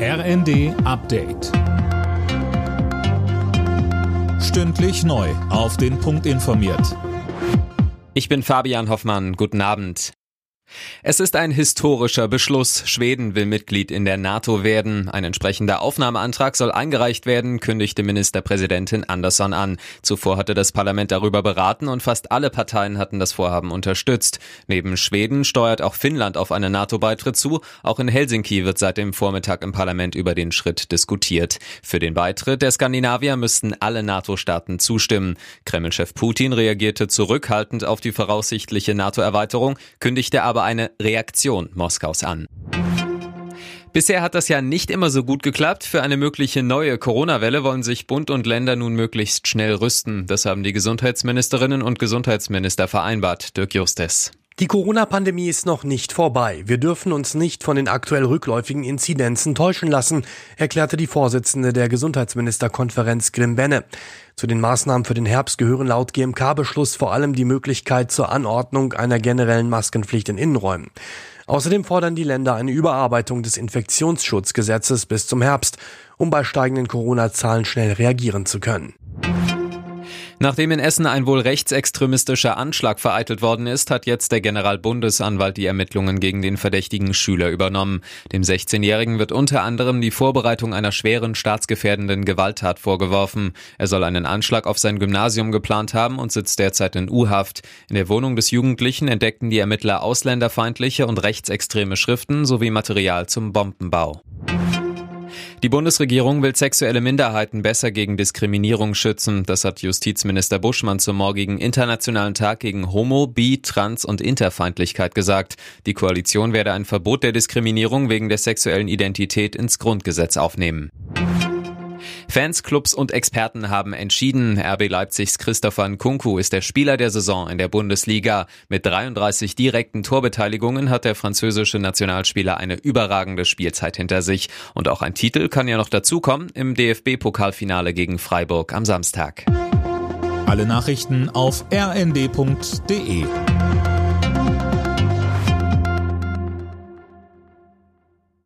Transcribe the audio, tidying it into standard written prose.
RND Update. Stündlich neu auf den Punkt informiert. Ich bin Fabian Hoffmann. Guten Abend. Es ist ein historischer Beschluss. Schweden will Mitglied in der NATO werden. Ein entsprechender Aufnahmeantrag soll eingereicht werden, kündigte Ministerpräsidentin Andersson an. Zuvor hatte das Parlament darüber beraten und fast alle Parteien hatten das Vorhaben unterstützt. Neben Schweden steuert auch Finnland auf einen NATO-Beitritt zu. Auch in Helsinki wird seit dem Vormittag im Parlament über den Schritt diskutiert. Für den Beitritt der Skandinavier müssten alle NATO-Staaten zustimmen. Kreml-Chef Putin reagierte zurückhaltend auf die voraussichtliche NATO-Erweiterung, kündigte aber eine Reaktion Moskaus an. Bisher hat das ja nicht immer so gut geklappt. Für eine mögliche neue Corona-Welle wollen sich Bund und Länder nun möglichst schnell rüsten. Das haben die Gesundheitsministerinnen und Gesundheitsminister vereinbart. Dirk Justes. Die Corona-Pandemie ist noch nicht vorbei. Wir dürfen uns nicht von den aktuell rückläufigen Inzidenzen täuschen lassen, erklärte die Vorsitzende der Gesundheitsministerkonferenz Grimm-Benne. Zu den Maßnahmen für den Herbst gehören laut GMK-Beschluss vor allem die Möglichkeit zur Anordnung einer generellen Maskenpflicht in Innenräumen. Außerdem fordern die Länder eine Überarbeitung des Infektionsschutzgesetzes bis zum Herbst, um bei steigenden Corona-Zahlen schnell reagieren zu können. Nachdem in Essen ein wohl rechtsextremistischer Anschlag vereitelt worden ist, hat jetzt der Generalbundesanwalt die Ermittlungen gegen den verdächtigen Schüler übernommen. Dem 16-Jährigen wird unter anderem die Vorbereitung einer schweren staatsgefährdenden Gewalttat vorgeworfen. Er soll einen Anschlag auf sein Gymnasium geplant haben und sitzt derzeit in U-Haft. In der Wohnung des Jugendlichen entdeckten die Ermittler ausländerfeindliche und rechtsextreme Schriften sowie Material zum Bombenbau. Die Bundesregierung will sexuelle Minderheiten besser gegen Diskriminierung schützen. Das hat Justizminister Buschmann zum morgigen Internationalen Tag gegen Homo-, Bi-, Trans- und Interfeindlichkeit gesagt. Die Koalition werde ein Verbot der Diskriminierung wegen der sexuellen Identität ins Grundgesetz aufnehmen. Fans, Clubs und Experten haben entschieden, RB Leipzigs Christopher Nkunku ist der Spieler der Saison in der Bundesliga. Mit 33 direkten Torbeteiligungen hat der französische Nationalspieler eine überragende Spielzeit hinter sich. Und auch ein Titel kann ja noch dazukommen im DFB-Pokalfinale gegen Freiburg am Samstag. Alle Nachrichten auf rnd.de.